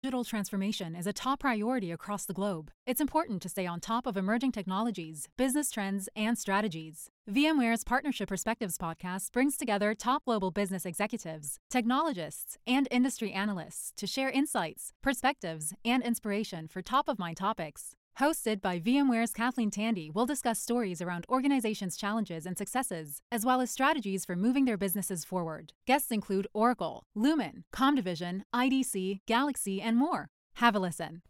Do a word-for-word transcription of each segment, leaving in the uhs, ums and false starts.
digital transformation is a top priority across the globe, it's important to stay on top of emerging technologies, business trends, and strategies. VMware's Partnership Perspectives podcast brings together top global business executives, technologists, and industry analysts to share insights, perspectives, and inspiration for top-of-mind topics. Hosted by VMware's Kathleen Tandy, we'll discuss stories around organizations' challenges and successes, as well as strategies for moving their businesses forward. Guests include Oracle, Lumen, Comdivision, I D C, Galaxy, and more. Have a listen.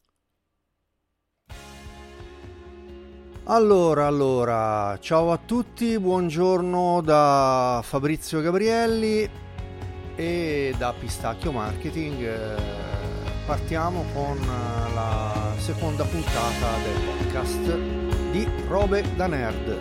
Allora, allora, ciao a tutti, buongiorno da Fabrizio Gabrielli e da Pistacchio Marketing. Partiamo con la seconda puntata del podcast di Robe da Nerd.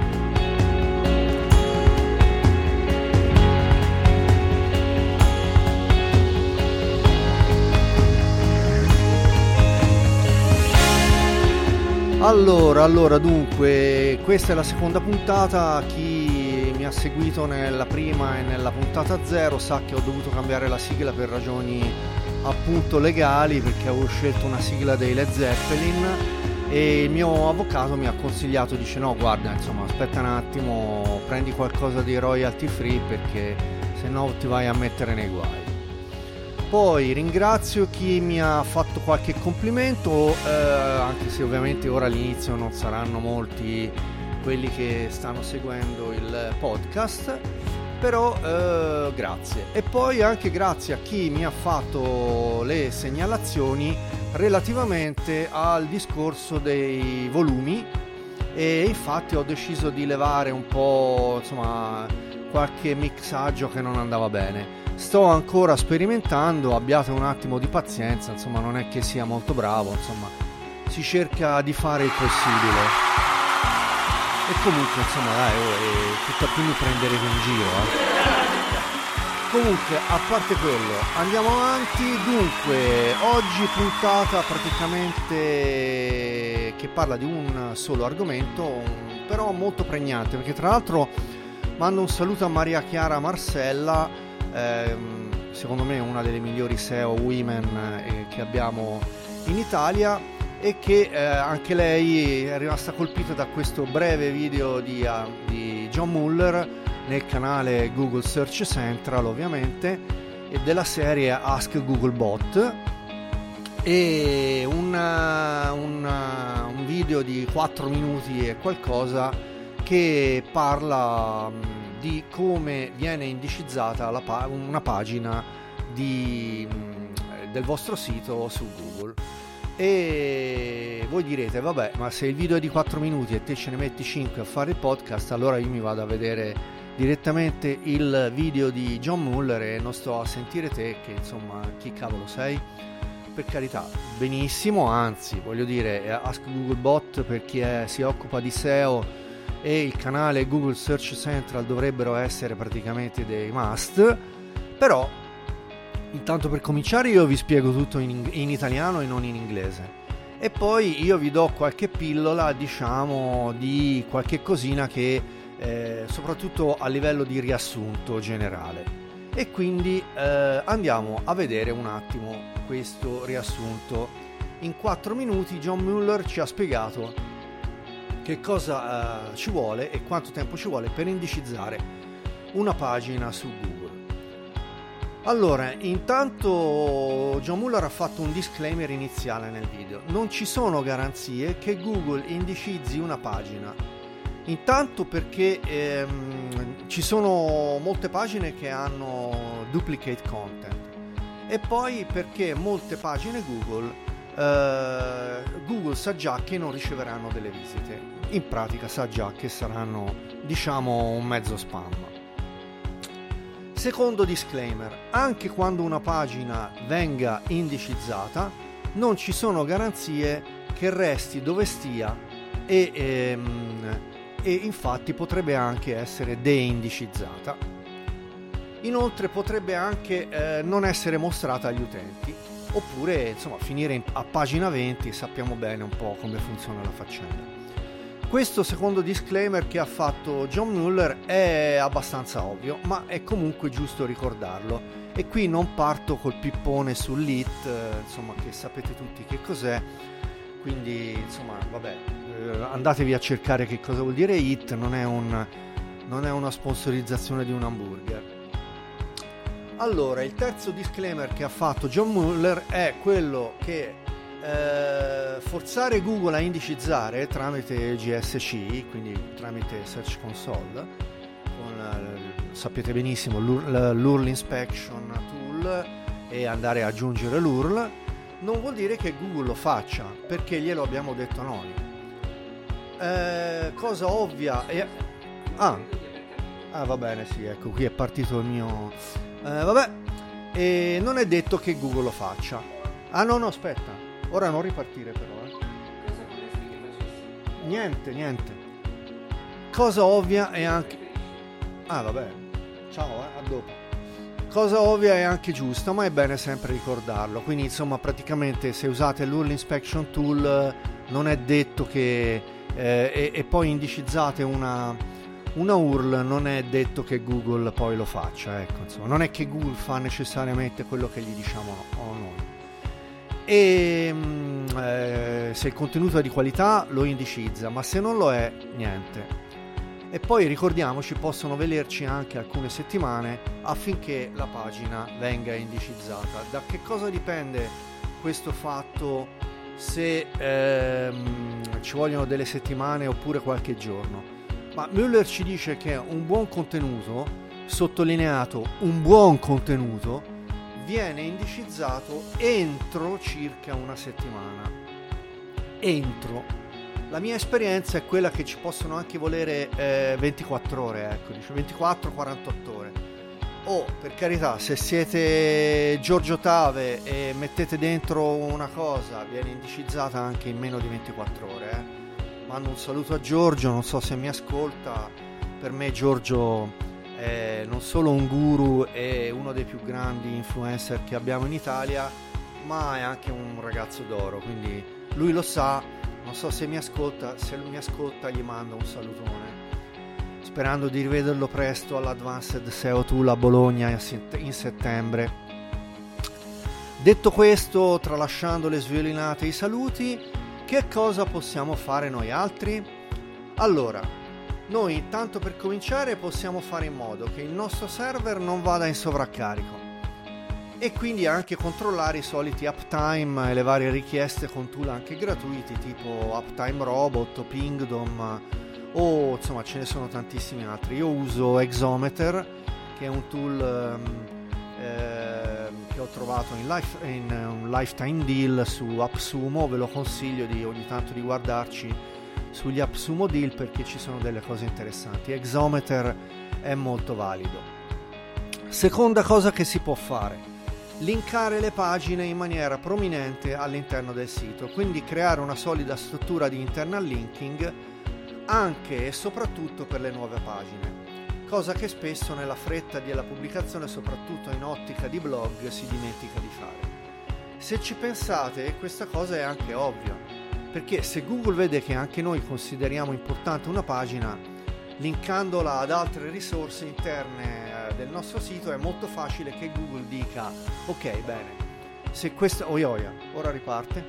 Allora, allora, dunque, questa è la seconda puntata. Chi mi ha seguito nella prima e nella puntata zero sa che ho dovuto cambiare la sigla per ragioni appunto legali, perché avevo scelto una sigla dei Led Zeppelin e il mio avvocato mi ha consigliato, dice no guarda, insomma aspetta un attimo, prendi qualcosa di royalty free perché se no ti vai a mettere nei guai. Poi ringrazio chi mi ha fatto qualche complimento, eh, anche se ovviamente ora all'inizio non saranno molti quelli che stanno seguendo il podcast, però eh, grazie. E poi anche grazie a chi mi ha fatto le segnalazioni relativamente al discorso dei volumi, e infatti ho deciso di levare un po', insomma, qualche mixaggio che non andava bene. Sto ancora sperimentando, abbiate un attimo di pazienza, insomma non è che sia molto bravo, insomma si cerca di fare il possibile. E comunque insomma dai, oh, eh, tutto a più mi prenderete in giro, eh. Comunque, a parte quello, andiamo avanti. Dunque, oggi puntata praticamente che parla di un solo argomento, però molto pregnante, perché tra l'altro mando un saluto a Maria Chiara Marcella, ehm, secondo me una delle migliori S E O women eh, che abbiamo in Italia, e che eh, anche lei è rimasta colpita da questo breve video di, uh, di John Mueller nel canale Google Search Central, ovviamente, e della serie Ask Googlebot, e una, una, un video di quattro minuti e qualcosa che parla um, di come viene indicizzata la pa- una pagina di, um, del vostro sito su Google. E voi direte vabbè, ma se il video è di quattro minuti e te ce ne metti cinque a fare il podcast, allora io mi vado a vedere direttamente il video di John Mueller e non sto a sentire te che insomma chi cavolo sei. Per carità, benissimo, anzi voglio dire, Ask Googlebot per chi è, si occupa di S E O, e il canale Google Search Central dovrebbero essere praticamente dei must. Però intanto, per cominciare, io vi spiego tutto in, in italiano e non in inglese, e poi io vi do qualche pillola, diciamo, di qualche cosina che eh, soprattutto a livello di riassunto generale. E quindi eh, andiamo a vedere un attimo questo riassunto. In quattro minuti John Mueller ci ha spiegato che cosa eh, ci vuole e quanto tempo ci vuole per indicizzare una pagina su Google. Allora, intanto John Mueller ha fatto un disclaimer iniziale nel video. Non ci sono garanzie che Google indicizzi una pagina. Intanto perché ehm, ci sono molte pagine che hanno duplicate content, e poi perché molte pagine Google eh, Google sa già che non riceveranno delle visite. In pratica sa già che saranno, diciamo, un mezzo spam. Secondo disclaimer, anche quando una pagina venga indicizzata non ci sono garanzie che resti dove stia, e, ehm, e infatti potrebbe anche essere deindicizzata. Inoltre potrebbe anche eh, non essere mostrata agli utenti, oppure insomma finire in, a pagina venti. Sappiamo bene un po' come funziona la faccenda. Questo secondo disclaimer che ha fatto John Mueller è abbastanza ovvio, ma è comunque giusto ricordarlo, E qui non parto col pippone sull'I T, eh, insomma, che sapete tutti che cos'è, quindi insomma vabbè, eh, andatevi a cercare che cosa vuol dire I T, non è, un, non è una sponsorizzazione di un hamburger. Allora, il terzo disclaimer che ha fatto John Mueller è quello che eh, forzare Google a indicizzare tramite G S C, quindi tramite Search Console, con eh, sapete benissimo l'U R L Inspection Tool, e andare a aggiungere l'U R L, non vuol dire che Google lo faccia, perché glielo abbiamo detto noi. Eh, cosa ovvia e... ah. ah va bene, sì, ecco, qui è partito il mio eh, vabbè, e non è detto che Google lo faccia. Ah no no aspetta, ora non ripartire però eh. Cosa vorresti che facessi? niente niente cosa ovvia è anche ah vabbè ciao eh, a dopo. Cosa ovvia è anche giusta, ma è bene sempre ricordarlo. Quindi insomma, praticamente se usate l'U R L Inspection Tool non è detto che eh, e, e poi indicizzate una, una U R L, non è detto che Google poi lo faccia, ecco, insomma, non è che Google fa necessariamente quello che gli diciamo no, noi. E eh, se il contenuto è di qualità lo indicizza, ma se non lo è, niente. E poi ricordiamoci, possono volerci anche alcune settimane affinché la pagina venga indicizzata. Da che cosa dipende questo fatto, se ehm, ci vogliono delle settimane oppure qualche giorno? Ma Mueller ci dice che un buon contenuto, sottolineato un buon contenuto, viene indicizzato entro circa una settimana. Entro. La mia esperienza è quella che ci possono anche volere eh, ventiquattro ore, ecco, dice ventiquattro quarantotto ore. O oh, per carità, se siete Giorgio Tave e mettete dentro una cosa, viene indicizzata anche in meno di ventiquattro ore. Eh. Mando un saluto a Giorgio, non so se mi ascolta. Per me Giorgio è non solo un guru e uno dei più grandi influencer che abbiamo in Italia, ma è anche un ragazzo d'oro, quindi lui lo sa. Non so se mi ascolta, se lui mi ascolta gli mando un salutone, sperando di rivederlo presto all'Advanced S E O Tool a Bologna in settembre. Detto questo, tralasciando le sviolinate e i saluti, che cosa possiamo fare noi altri? Allora, noi tanto per cominciare possiamo fare in modo che il nostro server non vada in sovraccarico, e quindi anche controllare i soliti uptime e le varie richieste con tool anche gratuiti tipo Uptime Robot o Pingdom, o insomma ce ne sono tantissimi altri. Io uso Exometer, che è un tool eh, che ho trovato in, life, in un lifetime deal su AppSumo. Ve lo consiglio di ogni tanto di guardarci sugli AppSumo deal, perché ci sono delle cose interessanti. Exometer è molto valido. Seconda cosa che si può fare: linkare le pagine in maniera prominente all'interno del sito, quindi creare una solida struttura di internal linking anche e soprattutto per le nuove pagine, cosa che spesso nella fretta della pubblicazione, soprattutto in ottica di blog, si dimentica di fare. Se ci pensate, questa cosa è anche ovvia, perché se Google vede che anche noi consideriamo importante una pagina, linkandola ad altre risorse interne del nostro sito, è molto facile che Google dica: ok, bene, se questa oia oia, ora riparte,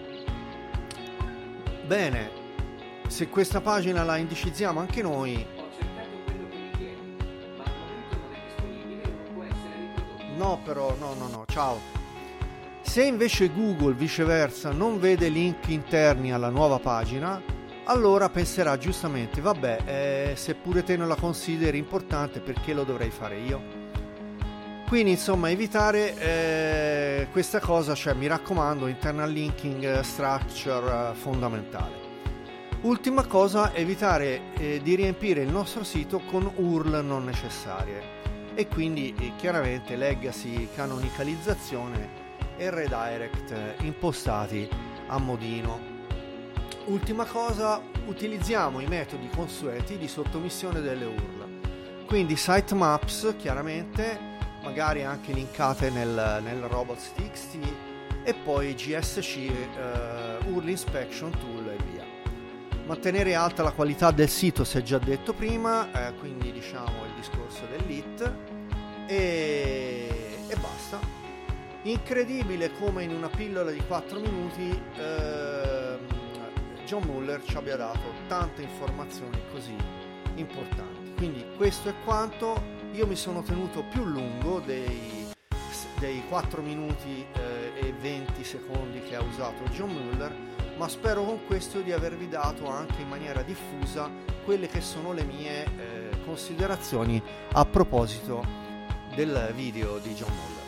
bene, se questa pagina la indicizziamo anche noi. Ho cercato quello che richiedi, ma al momento non è disponibile e non può essere riprodotto. No, però, no, no, no, ciao. Se invece Google, viceversa, non vede link interni alla nuova pagina, allora penserà giustamente: vabbè, eh, se pure te non la consideri importante, perché lo dovrei fare io? Quindi insomma, evitare eh, questa cosa, cioè mi raccomando, internal linking structure eh, fondamentale. Ultima cosa, evitare eh, di riempire il nostro sito con U R L non necessarie, e quindi eh, chiaramente legacy, canonicalizzazione e redirect eh, impostati a modino. Ultima cosa, utilizziamo i metodi consueti di sottomissione delle U R L, quindi sitemaps chiaramente, magari anche linkate nel, nel robots.txt, e poi G S C, uh, U R L Inspection Tool e via. Mantenere alta la qualità del sito, si è già detto prima, eh, quindi diciamo il discorso dell'I T, e, e basta. Incredibile come in una pillola di quattro minuti eh, John Mueller ci abbia dato tante informazioni così importanti. Quindi questo è quanto. Io mi sono tenuto più lungo dei, dei quattro minuti eh, e venti secondi che ha usato John Mueller, ma spero con questo di avervi dato anche in maniera diffusa quelle che sono le mie eh, considerazioni a proposito del video di John Mueller.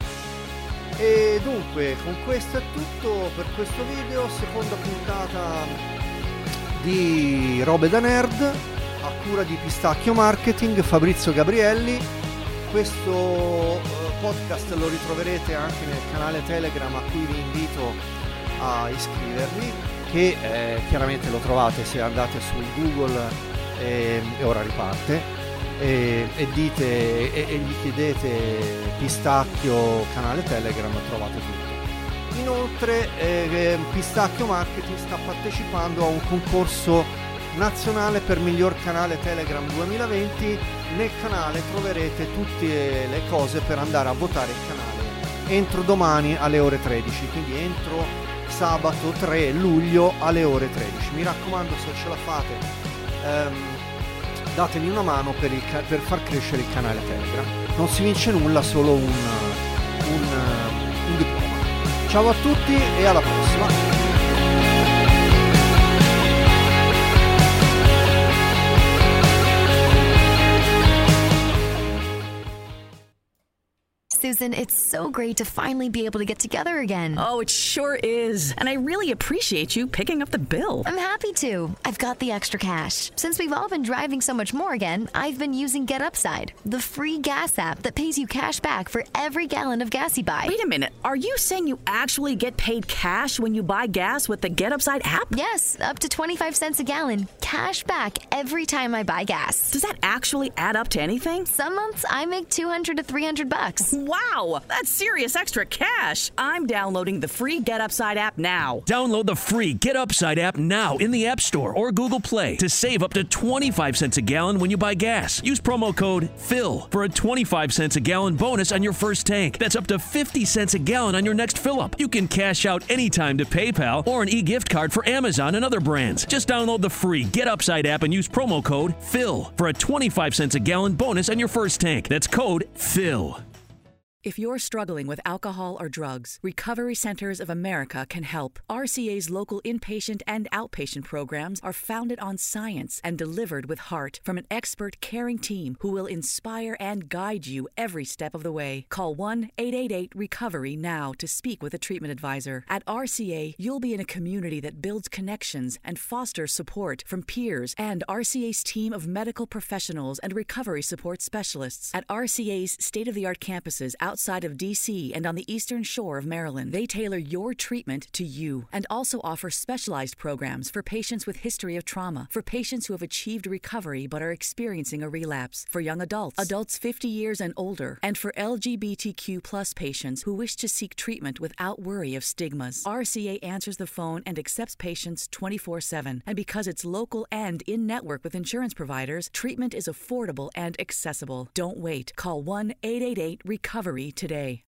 E dunque con questo è tutto per questo video, seconda puntata di Robe da Nerd a cura di Pistacchio Marketing, Fabrizio Gabrielli. Questo uh, podcast lo ritroverete anche nel canale Telegram a cui vi invito a iscrivervi, che eh, chiaramente lo trovate se andate su Google e, e ora riparte e, e dite e, e gli chiedete Pistacchio canale Telegram, trovate tutto. Inoltre eh, Pistacchio Marketing sta partecipando a un concorso nazionale per miglior canale Telegram duemilaventi. Nel canale troverete tutte le cose per andare a votare il canale entro domani alle ore tredici, quindi entro sabato tre luglio alle ore tredici. Mi raccomando, se ce la fate ehm, datemi una mano per, il, per far crescere il canale Telegram. Non si vince nulla, solo un, un, un diploma. Ciao a tutti e alla prossima. Susan, it's so great to finally be able to get together again. Oh, it sure is. And I really appreciate you picking up the bill. I'm happy to. I've got the extra cash. Since we've all been driving so much more again, I've been using Get Upside, the free gas app that pays you cash back for every gallon of gas you buy. Wait a minute. Are you saying you actually get paid cash when you buy gas with the Get Upside app? Yes, up to twenty-five cents a gallon. Cash back every time I buy gas. Does that actually add up to anything? Some months I make two hundred to three hundred bucks. Wow, that's serious extra cash. I'm downloading the free Get Upside app now. Download the free Get Upside app now in the App Store or Google Play to save up to twenty-five cents a gallon when you buy gas. Use promo code PHIL for a twenty-five cents a gallon bonus on your first tank. That's up to fifty cents a gallon on your next fill-up. You can cash out anytime to PayPal or an e-gift card for Amazon and other brands. Just download the free Get Upside app and use promo code PHIL for a twenty-five cents a gallon bonus on your first tank. That's code PHIL. If you're struggling with alcohol or drugs, Recovery Centers of America can help. R C A's local inpatient and outpatient programs are founded on science and delivered with heart from an expert caring team who will inspire and guide you every step of the way. Call one eight eight eight recovery now to speak with a treatment advisor. At R C A, you'll be in a community that builds connections and fosters support from peers and R C A's team of medical professionals and recovery support specialists. At R C A's state-of-the-art campuses outside of D C and on the eastern shore of Maryland, they tailor your treatment to you and also offer specialized programs for patients with history of trauma, for patients who have achieved recovery but are experiencing a relapse, for young adults, adults fifty years and older, and for L G B T Q plus patients who wish to seek treatment without worry of stigmas. R C A answers the phone and accepts patients twenty-four seven. And because it's local and in-network with insurance providers, treatment is affordable and accessible. Don't wait. Call one eight eight eight recovery today.